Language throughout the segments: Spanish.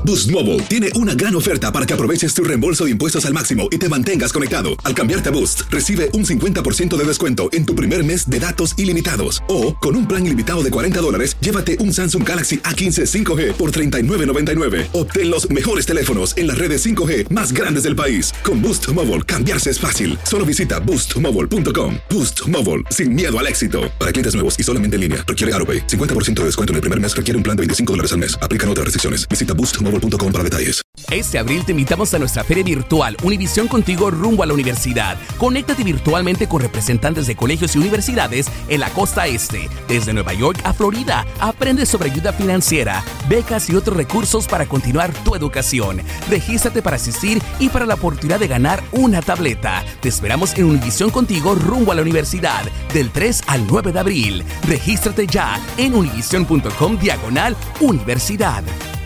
Boost Mobile tiene una gran oferta para que aproveches tu reembolso de impuestos al máximo y te mantengas conectado. Al cambiarte a Boost, recibe un 50% de descuento en tu primer mes de datos ilimitados. O, con un plan ilimitado de $40, llévate un Samsung Galaxy A15 5G por $39.99. Obtén los mejores teléfonos en las redes 5G más grandes del país. Con Boost Mobile, cambiarse es fácil. Solo visita boostmobile.com. Boost Mobile, sin miedo al éxito. Para clientes nuevos y solamente en línea, requiere AroPay. 50% de descuento en el primer mes requiere un plan de $25 al mes. Aplican otras restricciones. Visita boostmobile.com para detalles. Este abril te invitamos a nuestra feria virtual Univisión Contigo rumbo a la universidad. Conéctate virtualmente con representantes de colegios y universidades en la costa este. Desde Nueva York a Florida, aprende sobre ayuda financiera, becas y otros recursos para continuar tu educación. Regístrate para asistir y para la oportunidad de ganar una tableta. Te esperamos en Univisión Contigo rumbo a la universidad del 3 al 9 de abril. Regístrate ya en univision.com/universidad.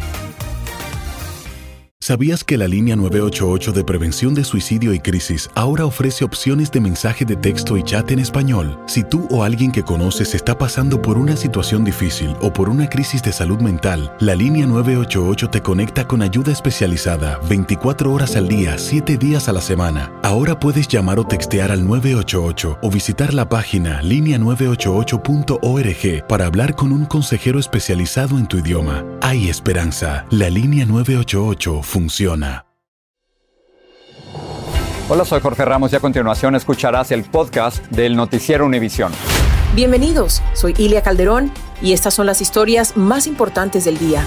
¿Sabías que la línea 988 de prevención de suicidio y crisis ahora ofrece opciones de mensaje de texto y chat en español? Si tú o alguien que conoces está pasando por una situación difícil o por una crisis de salud mental, la línea 988 te conecta con ayuda especializada 24 horas al día, 7 días a la semana. Ahora puedes llamar o textear al 988 o visitar la página linea988.org para hablar con un consejero especializado en tu idioma. Hay esperanza. La línea 988 funciona. Hola, soy Jorge Ramos y a continuación escucharás el podcast del Noticiero Univisión. Bienvenidos, soy Ilia Calderón y estas son las historias más importantes del día.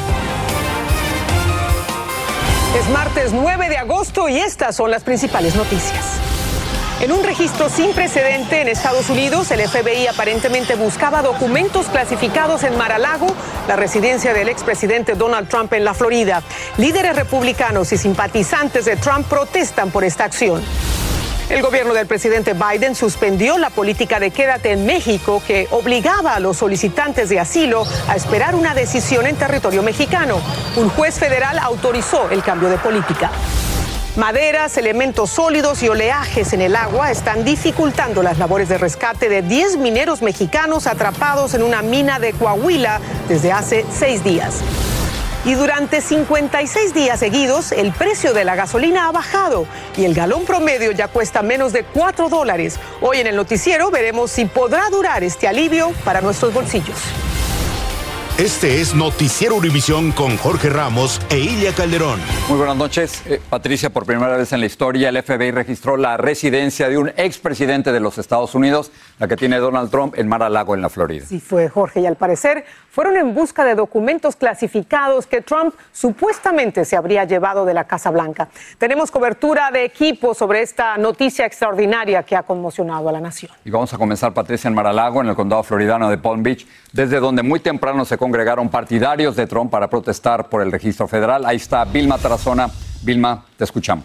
Es martes 9 de agosto y estas son las principales noticias. En un registro sin precedente en Estados Unidos, el FBI aparentemente buscaba documentos clasificados en Mar-a-Lago, la residencia del expresidente Donald Trump en la Florida. Líderes republicanos y simpatizantes de Trump protestan por esta acción. El gobierno del presidente Biden suspendió la política de quédate en México que obligaba a los solicitantes de asilo a esperar una decisión en territorio mexicano. Un juez federal autorizó el cambio de política. Maderas, elementos sólidos y oleajes en el agua están dificultando las labores de rescate de 10 mineros mexicanos atrapados en una mina de Coahuila desde hace 6 días. Y durante 56 días seguidos, el precio de la gasolina ha bajado y el galón promedio ya cuesta menos de $4. Hoy en el noticiero veremos si podrá durar este alivio para nuestros bolsillos. Este es Noticiero Univisión con Jorge Ramos e Ilia Calderón. Muy buenas noches. Patricia, por primera vez en la historia, el FBI registró la residencia de un expresidente de los Estados Unidos, la que tiene Donald Trump, en Mar-a-Lago, en la Florida. Sí fue, Jorge, y al parecer fueron en busca de documentos clasificados que Trump supuestamente se habría llevado de la Casa Blanca. Tenemos cobertura de equipo sobre esta noticia extraordinaria que ha conmocionado a la nación. Y vamos a comenzar, Patricia, en Mar-a-Lago, en el condado floridano de Palm Beach, desde donde muy temprano se congregaron partidarios de Trump para protestar por el registro federal. Ahí está Vilma Tarazona. Vilma, te escuchamos.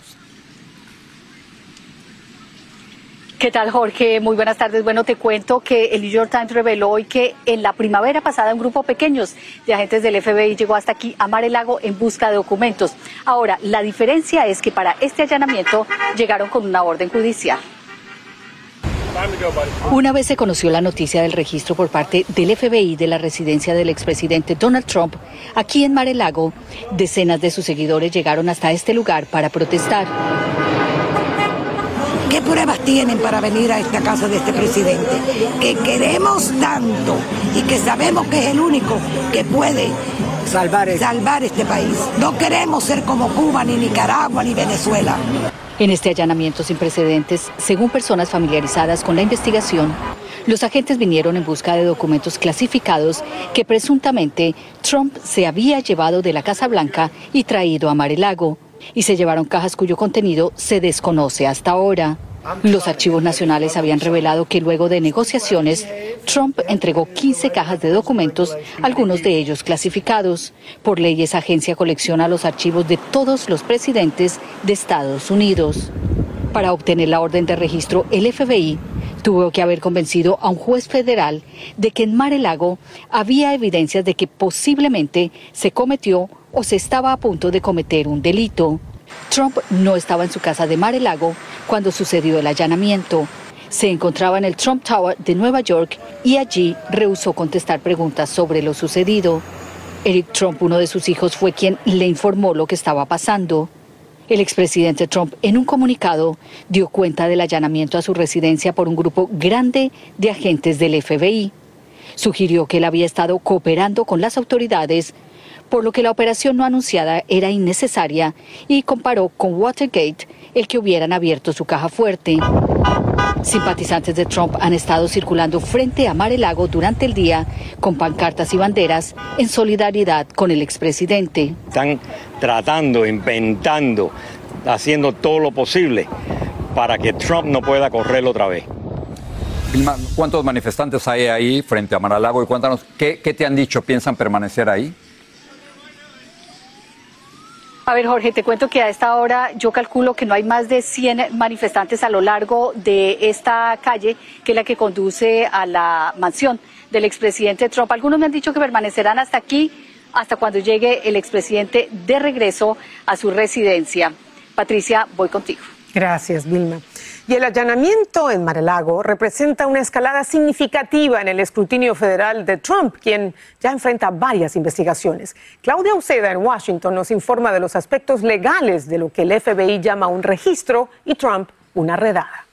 ¿Qué tal, Jorge? Muy buenas tardes. Bueno, te cuento que el New York Times reveló hoy que en la primavera pasada un grupo pequeño de agentes del FBI llegó hasta aquí a Mar-a-Lago en busca de documentos. Ahora, la diferencia es que para este allanamiento llegaron con una orden judicial. Una vez se conoció la noticia del registro por parte del FBI de la residencia del expresidente Donald Trump, aquí en Mar-a-Lago, decenas de sus seguidores llegaron hasta este lugar para protestar. ¿Qué pruebas tienen para venir a esta casa de este presidente? Que queremos tanto y que sabemos que es el único que puede salvar este país. No queremos ser como Cuba, ni Nicaragua, ni Venezuela. En este allanamiento sin precedentes, según personas familiarizadas con la investigación, los agentes vinieron en busca de documentos clasificados que presuntamente Trump se había llevado de la Casa Blanca y traído a Mar-a-Lago, y se llevaron cajas cuyo contenido se desconoce hasta ahora. Los archivos nacionales habían revelado que luego de negociaciones, Trump entregó 15 cajas de documentos, algunos de ellos clasificados. Por ley, esa agencia colecciona los archivos de todos los presidentes de Estados Unidos. Para obtener la orden de registro, el FBI tuvo que haber convencido a un juez federal de que en Mar-a-Lago había evidencias de que posiblemente se cometió o se estaba a punto de cometer un delito. Trump no estaba en su casa de Mar-a-Lago cuando sucedió el allanamiento. Se encontraba en el Trump Tower de Nueva York y allí rehusó contestar preguntas sobre lo sucedido. Eric Trump, uno de sus hijos, fue quien le informó lo que estaba pasando. El expresidente Trump, en un comunicado, dio cuenta del allanamiento a su residencia por un grupo grande de agentes del FBI. Sugirió que él había estado cooperando con las autoridades, por lo que la operación no anunciada era innecesaria, y comparó con Watergate el que hubieran abierto su caja fuerte. Simpatizantes de Trump han estado circulando frente a Mar-a-Lago durante el día con pancartas y banderas en solidaridad con el expresidente. Están tratando, inventando, haciendo todo lo posible para que Trump no pueda correr otra vez. Vilma, ¿cuántos manifestantes hay ahí frente a Mar-a-Lago? Y cuéntanos, ¿qué te han dicho? ¿Piensan permanecer ahí? A ver, Jorge, te cuento que a esta hora yo calculo que no hay más de 100 manifestantes a lo largo de esta calle, que es la que conduce a la mansión del expresidente Trump. Algunos me han dicho que permanecerán hasta aquí, hasta cuando llegue el expresidente de regreso a su residencia. Patricia, voy contigo. Gracias, Vilma. Y el allanamiento en Mar-a-Lago representa una escalada significativa en el escrutinio federal de Trump, quien ya enfrenta varias investigaciones. Claudia Uceda en Washington nos informa de los aspectos legales de lo que el FBI llama un registro y Trump una redada.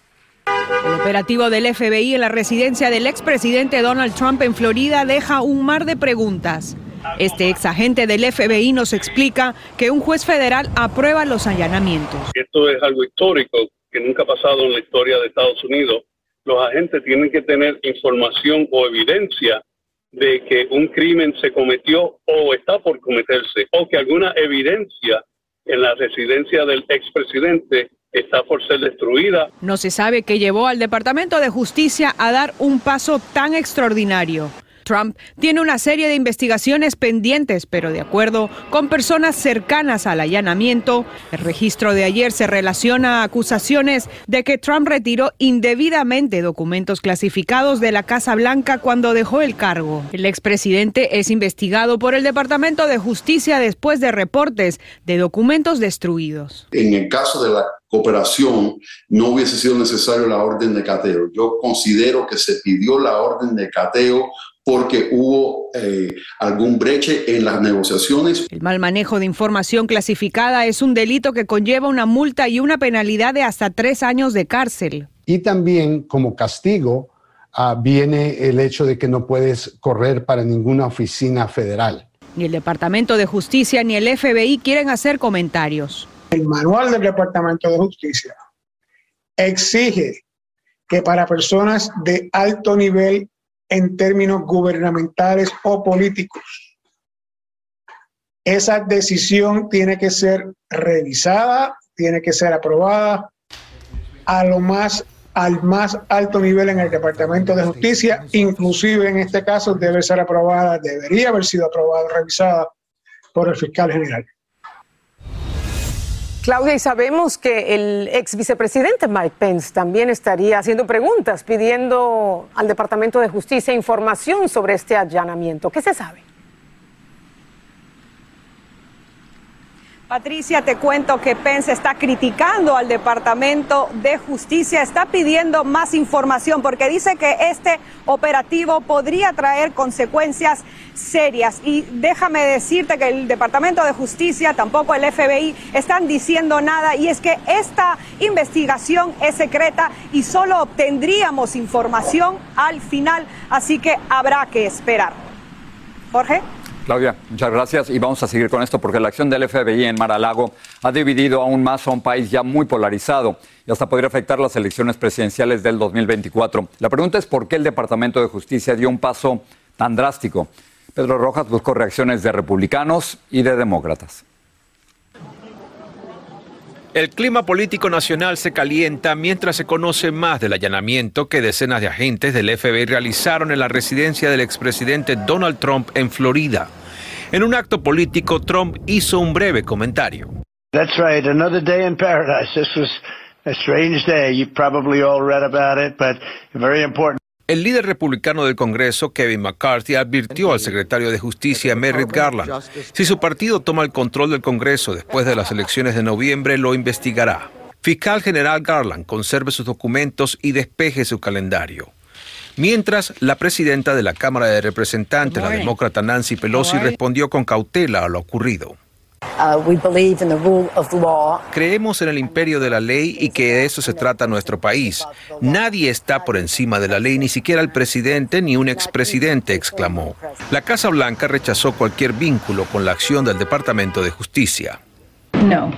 El operativo del FBI en la residencia del expresidente Donald Trump en Florida deja un mar de preguntas. Este exagente del FBI nos explica que un juez federal aprueba los allanamientos. Esto es algo histórico que nunca ha pasado en la historia de Estados Unidos. Los agentes tienen que tener información o evidencia de que un crimen se cometió o está por cometerse, o que alguna evidencia en la residencia del expresidente está por ser destruida. No se sabe qué llevó al Departamento de Justicia a dar un paso tan extraordinario. Trump tiene una serie de investigaciones pendientes, pero de acuerdo con personas cercanas al allanamiento, el registro de ayer se relaciona a acusaciones de que Trump retiró indebidamente documentos clasificados de la Casa Blanca cuando dejó el cargo. El expresidente es investigado por el Departamento de Justicia después de reportes de documentos destruidos. En el caso de la cooperación, no hubiese sido necesario la orden de cateo. Yo considero que se pidió la orden de cateo porque hubo algún breche en las negociaciones. El mal manejo de información clasificada es un delito que conlleva una multa y una penalidad de hasta 3 años de cárcel. Y también como castigo viene el hecho de que no puedes correr para ninguna oficina federal. Ni el Departamento de Justicia ni el FBI quieren hacer comentarios. El manual del Departamento de Justicia exige que para personas de alto nivel en términos gubernamentales o políticos, esa decisión tiene que ser revisada, tiene que ser aprobada al más alto nivel en el Departamento de Justicia, inclusive en este caso debería haber sido aprobada, revisada por el fiscal general. Claudia, y sabemos que el ex vicepresidente Mike Pence también estaría haciendo preguntas, pidiendo al Departamento de Justicia información sobre este allanamiento. ¿Qué se sabe? Patricia, te cuento que Pence está criticando al Departamento de Justicia, está pidiendo más información porque dice que este operativo podría traer consecuencias serias. Y déjame decirte que el Departamento de Justicia, tampoco el FBI, están diciendo nada, y es que esta investigación es secreta y solo obtendríamos información al final, así que habrá que esperar. Jorge. Claudia, muchas gracias y vamos a seguir con esto porque la acción del FBI en Mar-a-Lago ha dividido aún más a un país ya muy polarizado y hasta podría afectar las elecciones presidenciales del 2024. La pregunta es por qué el Departamento de Justicia dio un paso tan drástico. Pedro Rojas buscó reacciones de republicanos y de demócratas. El clima político nacional se calienta mientras se conoce más del allanamiento que decenas de agentes del FBI realizaron en la residencia del expresidente Donald Trump en Florida. En un acto político, Trump hizo un breve comentario. That's right, another day in paradise. This was a strange day. You probably all read about it, but very important. El líder republicano del Congreso, Kevin McCarthy, advirtió al secretario de Justicia, Merrick Garland, si su partido toma el control del Congreso después de las elecciones de noviembre, lo investigará. Fiscal General Garland conserve sus documentos y despeje su calendario. Mientras, la presidenta de la Cámara de Representantes, la demócrata Nancy Pelosi, respondió con cautela a lo ocurrido. Creemos en el imperio de la ley y que de eso se trata nuestro país. Nadie está por encima de la ley, ni siquiera el presidente ni un expresidente, exclamó. La Casa Blanca rechazó cualquier vínculo con la acción del Departamento de Justicia. No,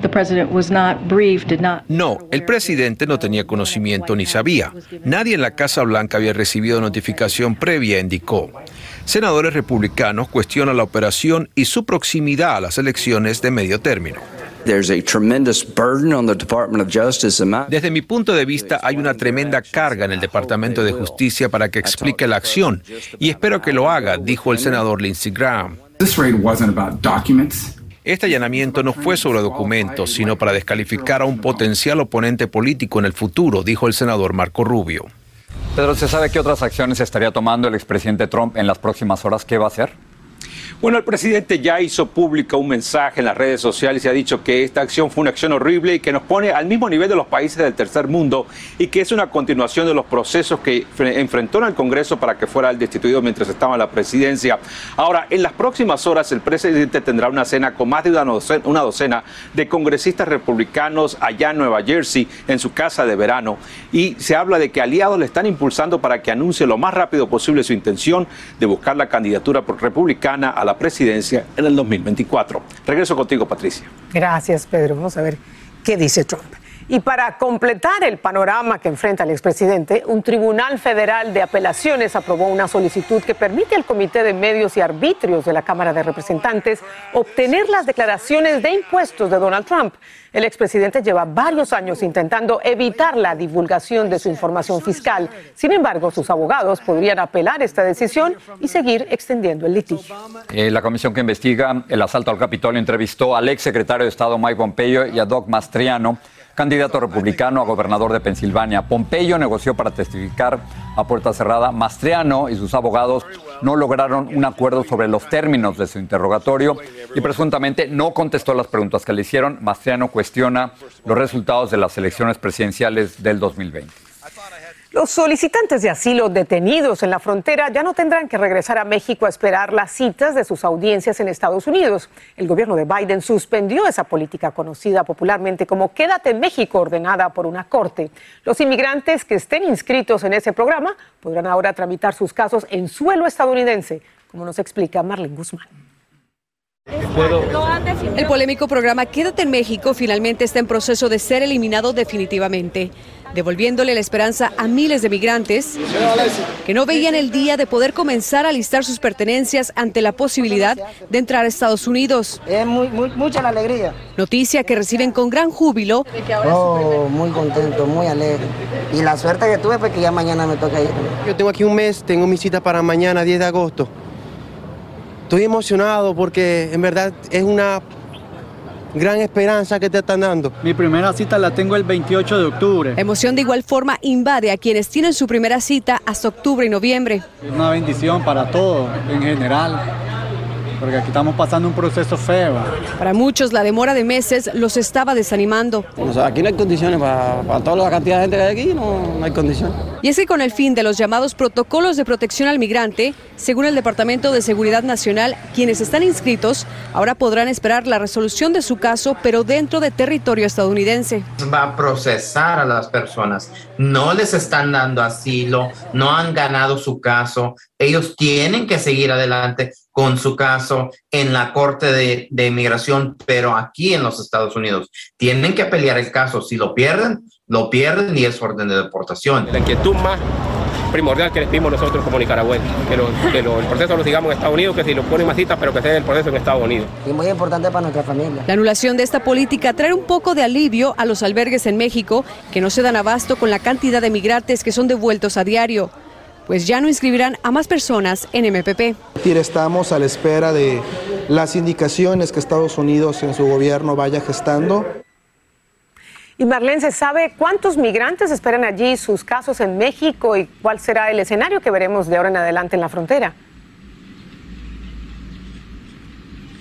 el presidente no tenía conocimiento ni sabía. Nadie en la Casa Blanca había recibido notificación previa, indicó. Senadores republicanos cuestionan la operación y su proximidad a las elecciones de medio término. Desde mi punto de vista, hay una tremenda carga en el Departamento de Justicia para que explique la acción, y espero que lo haga, dijo el senador Lindsey Graham. Este allanamiento no fue sobre documentos, sino para descalificar a un potencial oponente político en el futuro, dijo el senador Marco Rubio. Pedro, ¿se sabe qué otras acciones estaría tomando el expresidente Trump en las próximas horas? ¿Qué va a hacer? Bueno, el presidente ya hizo público un mensaje en las redes sociales y ha dicho que esta acción fue una acción horrible y que nos pone al mismo nivel de los países del tercer mundo y que es una continuación de los procesos que enfrentó en el Congreso para que fuera destituido mientras estaba en la presidencia. Ahora, en las próximas horas el presidente tendrá una cena con más de una docena de congresistas republicanos allá en Nueva Jersey, en su casa de verano, y se habla de que aliados le están impulsando para que anuncie lo más rápido posible su intención de buscar la candidatura republicana a la presidencia en el 2024. Regreso contigo, Patricia. Gracias, Pedro. Vamos a ver qué dice Trump. Y para completar el panorama que enfrenta el expresidente, un tribunal federal de apelaciones aprobó una solicitud que permite al Comité de Medios y Arbitrios de la Cámara de Representantes obtener las declaraciones de impuestos de Donald Trump. El expresidente lleva varios años intentando evitar la divulgación de su información fiscal. Sin embargo, sus abogados podrían apelar esta decisión y seguir extendiendo el litigio. La comisión que investiga el asalto al Capitolio entrevistó al exsecretario de Estado Mike Pompeo y a Doug Mastriano, candidato republicano a gobernador de Pensilvania. Pompeo negoció para testificar a puerta cerrada. Mastriano y sus abogados no lograron un acuerdo sobre los términos de su interrogatorio y presuntamente no contestó las preguntas que le hicieron. Mastriano cuestiona los resultados de las elecciones presidenciales del 2020. Los solicitantes de asilo detenidos en la frontera ya no tendrán que regresar a México a esperar las citas de sus audiencias en Estados Unidos. El gobierno de Biden suspendió esa política conocida popularmente como Quédate en México, ordenada por una corte. Los inmigrantes que estén inscritos en ese programa podrán ahora tramitar sus casos en suelo estadounidense, como nos explica Marlene Guzmán. El polémico programa Quédate en México finalmente está en proceso de ser eliminado definitivamente, devolviéndole la esperanza a miles de migrantes que no veían el día de poder comenzar a alistar sus pertenencias ante la posibilidad de entrar a Estados Unidos. Es mucha la alegría. Noticia que reciben con gran júbilo. Oh, muy contento, muy alegre. Y la suerte que tuve fue que ya mañana me toca ir. Yo tengo aquí un mes, tengo mi cita para mañana, 10 de agosto. Estoy emocionado porque en verdad es una gran esperanza que te están dando. Mi primera cita la tengo el 28 de octubre. La emoción de igual forma invade a quienes tienen su primera cita hasta octubre y noviembre. Es una bendición para todos en general, porque aquí estamos pasando un proceso feo. Para muchos la demora de meses los estaba desanimando. O sea, aquí no hay condiciones para toda la cantidad de gente que hay aquí, no hay condiciones. Y es que con el fin de los llamados protocolos de protección al migrante, según el Departamento de Seguridad Nacional, quienes están inscritos ahora podrán esperar la resolución de su caso, pero dentro de territorio estadounidense. Va a procesar a las personas, no les están dando asilo, no han ganado su caso, ellos tienen que seguir adelante con su caso en la Corte de Inmigración, pero aquí en los Estados Unidos tienen que pelear el caso. Si lo pierden y es orden de deportación. La inquietud más primordial que les pedimos nosotros como nicaragüenses, que el proceso lo sigamos en Estados Unidos, que si lo ponen más citas, pero que sea el proceso en Estados Unidos. Y muy importante para nuestra familia. La anulación de esta política trae un poco de alivio a los albergues en México, que no se dan abasto con la cantidad de migrantes que son devueltos a diario, pues ya no inscribirán a más personas en MPP. Estamos a la espera de las indicaciones que Estados Unidos en su gobierno vaya gestando. Y Marlene, ¿se sabe cuántos migrantes esperan allí sus casos en México y cuál será el escenario que veremos de ahora en adelante en la frontera?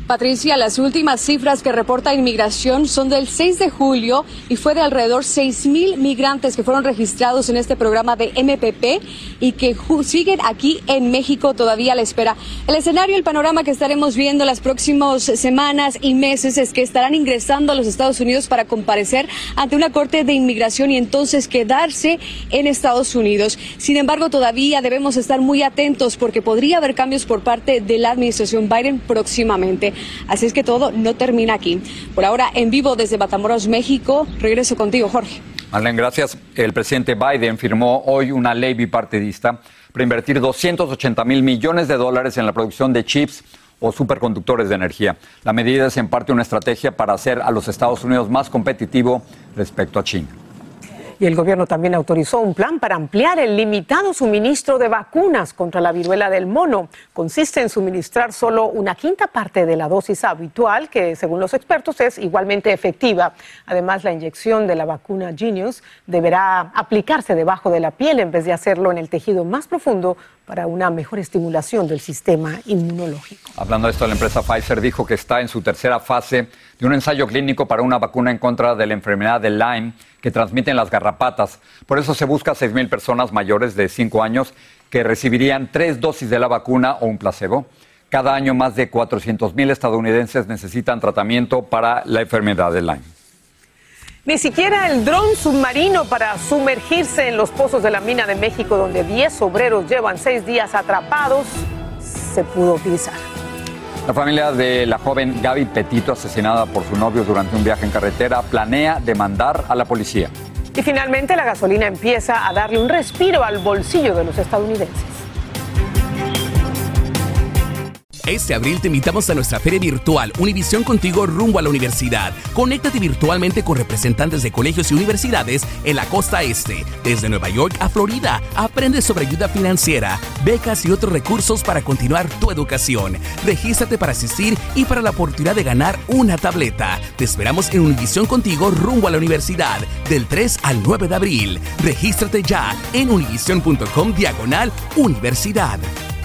Patricia, las últimas cifras que reporta Inmigración son del 6 de julio y fue de alrededor 6,000 migrantes que fueron registrados en este programa de MPP y que siguen aquí en México todavía a la espera. El escenario, el panorama que estaremos viendo las próximas semanas y meses es que estarán ingresando a los Estados Unidos para comparecer ante una corte de inmigración y entonces quedarse en Estados Unidos. Sin embargo, todavía debemos estar muy atentos porque podría haber cambios por parte de la administración Biden próximamente. Así es que todo no termina aquí. Por ahora, en vivo desde Matamoros, México, regreso contigo, Jorge. Marlene, gracias. El presidente Biden firmó hoy una ley bipartidista para invertir $280 mil millones en la producción de chips o superconductores de energía. La medida es en parte una estrategia para hacer a los Estados Unidos más competitivo respecto a China. Y el gobierno también autorizó un plan para ampliar el limitado suministro de vacunas contra la viruela del mono. Consiste en suministrar solo una quinta parte de la dosis habitual, que según los expertos es igualmente efectiva. Además, la inyección de la vacuna Jynneos deberá aplicarse debajo de la piel en vez de hacerlo en el tejido más profundo para una mejor estimulación del sistema inmunológico. Hablando de esto, la empresa Pfizer dijo que está en su tercera fase de un ensayo clínico para una vacuna en contra de la enfermedad de Lyme que transmiten las garrapatas. Por eso se busca 6,000 personas mayores de 5 años que recibirían 3 dosis de la vacuna o un placebo. Cada año más de 400,000 estadounidenses necesitan tratamiento para la enfermedad de Lyme. Ni siquiera el dron submarino para sumergirse en los pozos de la mina de México, donde 10 obreros llevan 6 días atrapados, se pudo utilizar. La familia de la joven Gaby Petito, asesinada por su novio durante un viaje en carretera, planea demandar a la policía. Y finalmente la gasolina empieza a darle un respiro al bolsillo de los estadounidenses. Este abril te invitamos a nuestra feria virtual Univisión Contigo rumbo a la universidad. Conéctate virtualmente con representantes de colegios y universidades en la costa este. Desde Nueva York a Florida, aprende sobre ayuda financiera, becas y otros recursos para continuar tu educación. Regístrate para asistir y para la oportunidad de ganar una tableta. Te esperamos en Univisión Contigo rumbo a la universidad del 3 al 9 de abril. Regístrate ya en univision.com/universidad.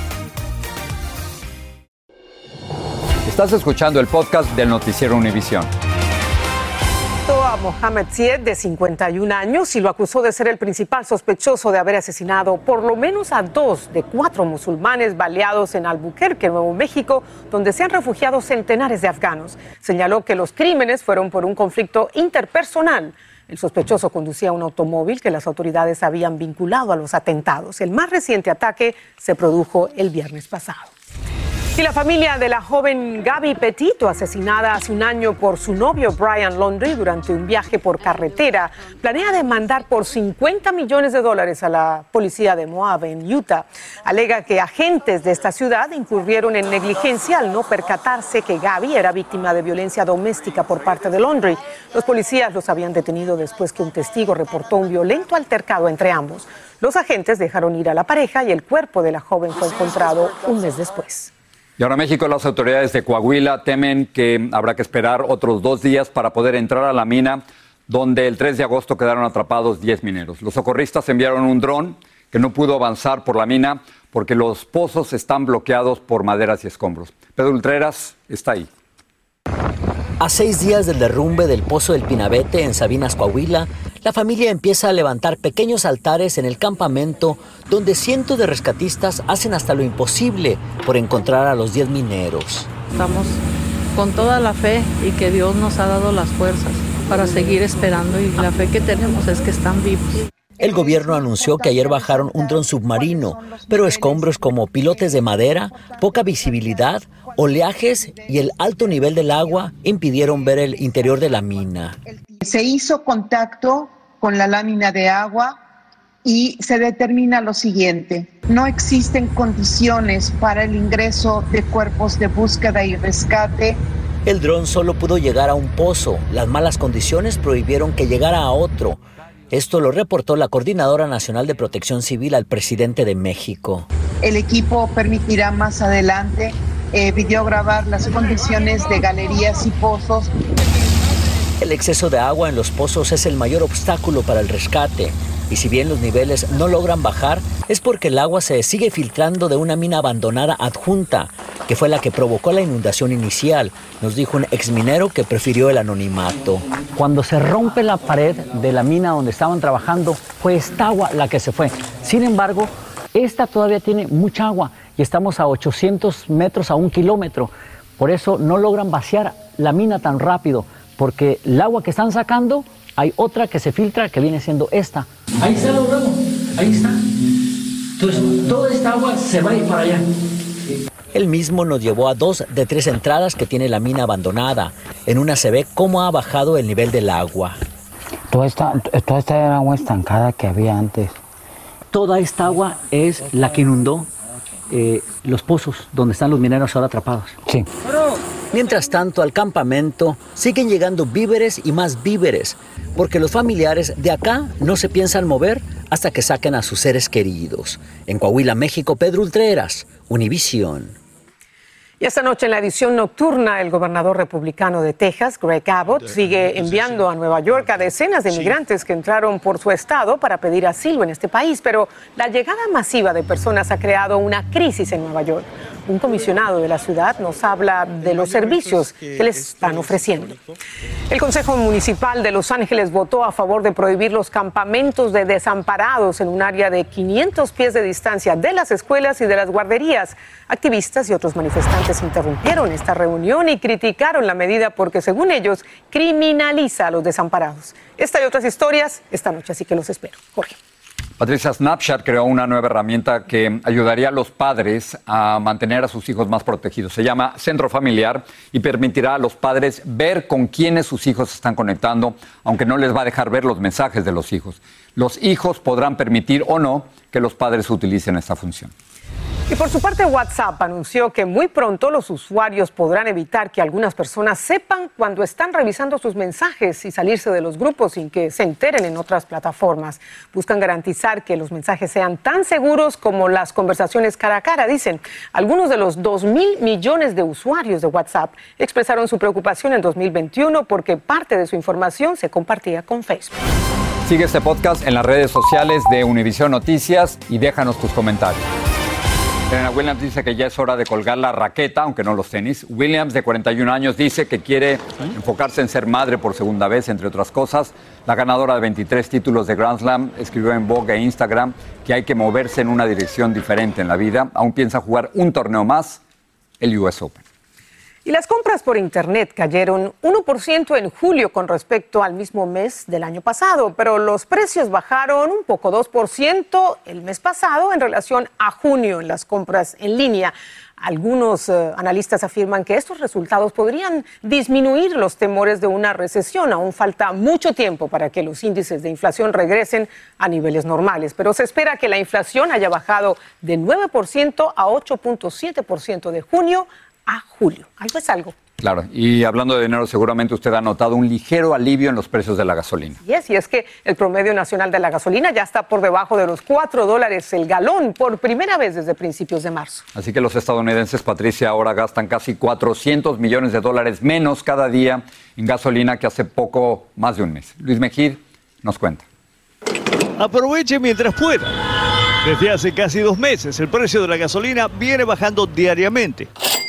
Estás escuchando el podcast del noticiero Univisión. A Mohamed Syed, de 51 años, y lo acusó de ser el principal sospechoso de haber asesinado por lo menos a 2 de 4 musulmanes baleados en Albuquerque, Nuevo México, donde se han refugiado centenares de afganos. Señaló que los crímenes fueron por un conflicto interpersonal. El sospechoso conducía un automóvil que las autoridades habían vinculado a los atentados. El más reciente ataque se produjo el viernes pasado. Y la familia de la joven Gaby Petito, asesinada hace un año por su novio Brian Laundrie durante un viaje por carretera, planea demandar por $50 millones a la policía de Moab, en Utah. Alega que agentes de esta ciudad incurrieron en negligencia al no percatarse que Gaby era víctima de violencia doméstica por parte de Laundrie. Los policías los habían detenido después que un testigo reportó un violento altercado entre ambos. Los agentes dejaron ir a la pareja y el cuerpo de la joven fue encontrado un mes después. Y ahora México, las autoridades de Coahuila temen que habrá que esperar otros 2 días para poder entrar a la mina, donde el 3 de agosto quedaron atrapados 10 mineros. Los socorristas enviaron un dron que no pudo avanzar por la mina porque los pozos están bloqueados por maderas y escombros. Pedro Ultreras está ahí. A 6 días del derrumbe del Pozo del Pinabete en Sabinas, Coahuila, la familia empieza a levantar pequeños altares en el campamento donde cientos de rescatistas hacen hasta lo imposible por encontrar a los 10 mineros. Estamos con toda la fe y que Dios nos ha dado las fuerzas para seguir esperando, y la fe que tenemos es que están vivos. El gobierno anunció que ayer bajaron un dron submarino, pero escombros como pilotes de madera, poca visibilidad, oleajes y el alto nivel del agua impidieron ver el interior de la mina. Se hizo contacto con la lámina de agua y se determina lo siguiente: no existen condiciones para el ingreso de cuerpos de búsqueda y rescate. El dron solo pudo llegar a un pozo. Las malas condiciones prohibieron que llegara a otro. Esto lo reportó la Coordinadora Nacional de Protección Civil al presidente de México. El equipo permitirá más adelante videograbar las condiciones de galerías y pozos. El exceso de agua en los pozos es el mayor obstáculo para el rescate. Y si bien los niveles no logran bajar, es porque el agua se sigue filtrando de una mina abandonada adjunta. que fue la que provocó la inundación inicial, nos dijo un exminero que prefirió el anonimato. Cuando se rompe la pared de la mina donde estaban trabajando, fue esta agua la que se fue. Sin embargo, esta todavía tiene mucha agua y estamos a 800 metros a 1 kilómetro. Por eso no logran vaciar la mina tan rápido, porque el agua que están sacando, hay otra que se filtra que viene siendo esta. Ahí está luego, ahí está. Entonces toda esta agua se va a ir para allá. Él mismo nos llevó a 2 de 3 entradas que tiene la mina abandonada. En una se ve cómo ha bajado el nivel del agua. Toda esta era agua estancada que había antes. Toda esta agua es la que inundó los pozos donde están los mineros ahora atrapados. Sí. Mientras tanto, al campamento siguen llegando víveres y más víveres, porque los familiares de acá no se piensan mover hasta que saquen a sus seres queridos. En Coahuila, México, Pedro Ultreras, Univisión. Y esta noche en la edición nocturna, el gobernador republicano de Texas, Greg Abbott, sigue enviando a Nueva York a decenas de migrantes que entraron por su estado para pedir asilo en este país. Pero la llegada masiva de personas ha creado una crisis en Nueva York. Un comisionado de la ciudad nos habla de los servicios que les están ofreciendo. El Consejo Municipal de Los Ángeles votó a favor de prohibir los campamentos de desamparados en un área de 500 pies de distancia de las escuelas y de las guarderías. Activistas y otros manifestantes interrumpieron esta reunión y criticaron la medida porque, según ellos, criminaliza a los desamparados. Esta y otras historias esta noche, así que los espero. Jorge. Patricia, Snapchat creó una nueva herramienta que ayudaría a los padres a mantener a sus hijos más protegidos. Se llama Centro Familiar y permitirá a los padres ver con quiénes sus hijos se están conectando, aunque no les va a dejar ver los mensajes de los hijos. Los hijos podrán permitir o no que los padres utilicen esta función. Y por su parte, WhatsApp anunció que muy pronto los usuarios podrán evitar que algunas personas sepan cuando están revisando sus mensajes y salirse de los grupos sin que se enteren en otras plataformas. Buscan garantizar que los mensajes sean tan seguros como las conversaciones cara a cara, dicen. Algunos de los 2.000 millones de usuarios de WhatsApp expresaron su preocupación en 2021 porque parte de su información se compartía con Facebook. Sigue este podcast en las redes sociales de Univisión Noticias y déjanos tus comentarios. Serena Williams dice que ya es hora de colgar la raqueta, aunque no los tenis. Williams, de 41 años, dice que quiere enfocarse en ser madre por segunda vez, entre otras cosas. La ganadora de 23 títulos de Grand Slam escribió en Vogue e Instagram que hay que moverse en una dirección diferente en la vida. Aún piensa jugar un torneo más, el US Open. Y las compras por Internet cayeron 1% en julio con respecto al mismo mes del año pasado, pero los precios bajaron un poco, 2% el mes pasado en relación a junio en las compras en línea. Algunos analistas afirman que estos resultados podrían disminuir los temores de una recesión. Aún falta mucho tiempo para que los índices de inflación regresen a niveles normales, pero se espera que la inflación haya bajado de 9% a 8.7% de junio a julio. Algo es algo. Claro, y hablando de dinero, seguramente usted ha notado un ligero alivio en los precios de la gasolina. Y es que el promedio nacional de la gasolina ya está por debajo de los $4 el galón por primera vez desde principios de marzo. Así que los estadounidenses, Patricia, ahora gastan casi $400 millones menos cada día en gasolina que hace poco más de un mes. Luis Mejid nos cuenta. Aproveche mientras pueda. Desde hace casi 2 meses el precio de la gasolina viene bajando diariamente.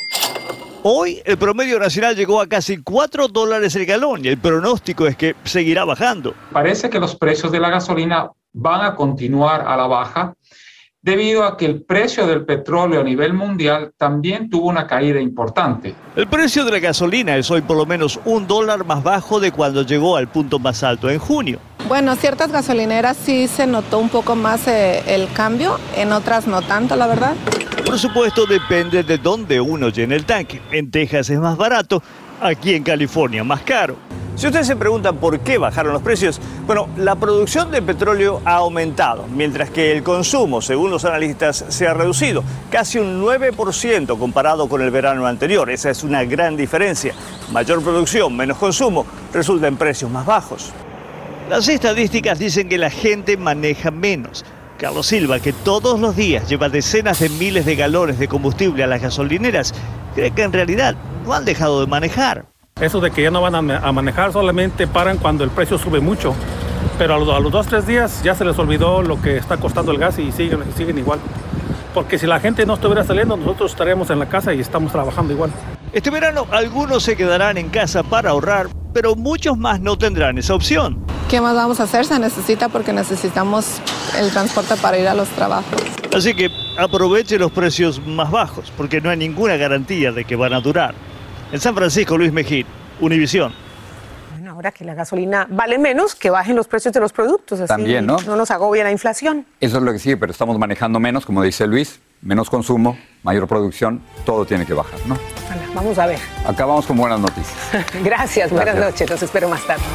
Hoy el promedio nacional llegó a casi $4 el galón y el pronóstico es que seguirá bajando. Parece que los precios de la gasolina van a continuar a la baja debido a que el precio del petróleo a nivel mundial también tuvo una caída importante. El precio de la gasolina es hoy por lo menos $1 más bajo de cuando llegó al punto más alto en junio. Bueno, ciertas gasolineras sí se notó un poco más el cambio, en otras no tanto, la verdad. Por supuesto, depende de dónde uno llene el tanque. En Texas es más barato, aquí en California más caro. Si ustedes se preguntan por qué bajaron los precios, bueno, la producción de petróleo ha aumentado, mientras que el consumo, según los analistas, se ha reducido casi un 9% comparado con el verano anterior. Esa es una gran diferencia. Mayor producción, menos consumo, resulta en precios más bajos. Las estadísticas dicen que la gente maneja menos. Carlos Silva, que todos los días lleva decenas de miles de galones de combustible a las gasolineras, cree que en realidad no han dejado de manejar. Eso de que ya no van a manejar, solamente paran cuando el precio sube mucho. Pero a los 2 o 3 días ya se les olvidó lo que está costando el gas y siguen igual. porque si la gente no estuviera saliendo, nosotros estaríamos en la casa y estamos trabajando igual. Este verano algunos se quedarán en casa para ahorrar, pero muchos más no tendrán esa opción. ¿Qué más vamos a hacer? Se necesita porque necesitamos el transporte para ir a los trabajos. Así que aproveche los precios más bajos, porque no hay ninguna garantía de que van a durar. En San Francisco, Luis Mejín, Univisión. Bueno, ahora que la gasolina vale menos, que bajen los precios de los productos. Así también, ¿no? No nos agobia la inflación. Eso es lo que sigue, pero estamos manejando menos, como dice Luis, menos consumo, mayor producción, todo tiene que bajar, ¿no? Bueno, vamos a ver. Acá vamos con buenas noticias. Gracias, buenas noches, los espero más tarde.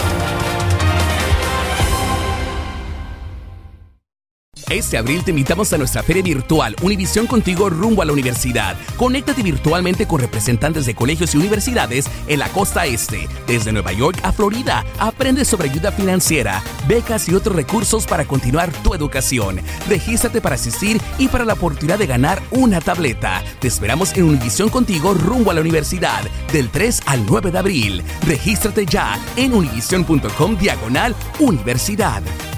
Este abril te invitamos a nuestra feria virtual Univisión Contigo rumbo a la universidad. Conéctate virtualmente con representantes de colegios y universidades en la costa este, desde Nueva York a Florida. Aprende sobre ayuda financiera, becas y otros recursos para continuar tu educación. Regístrate para asistir y para la oportunidad de ganar una tableta. Te esperamos en Univisión Contigo rumbo a la universidad del 3 al 9 de abril. Regístrate ya en univision.com/universidad.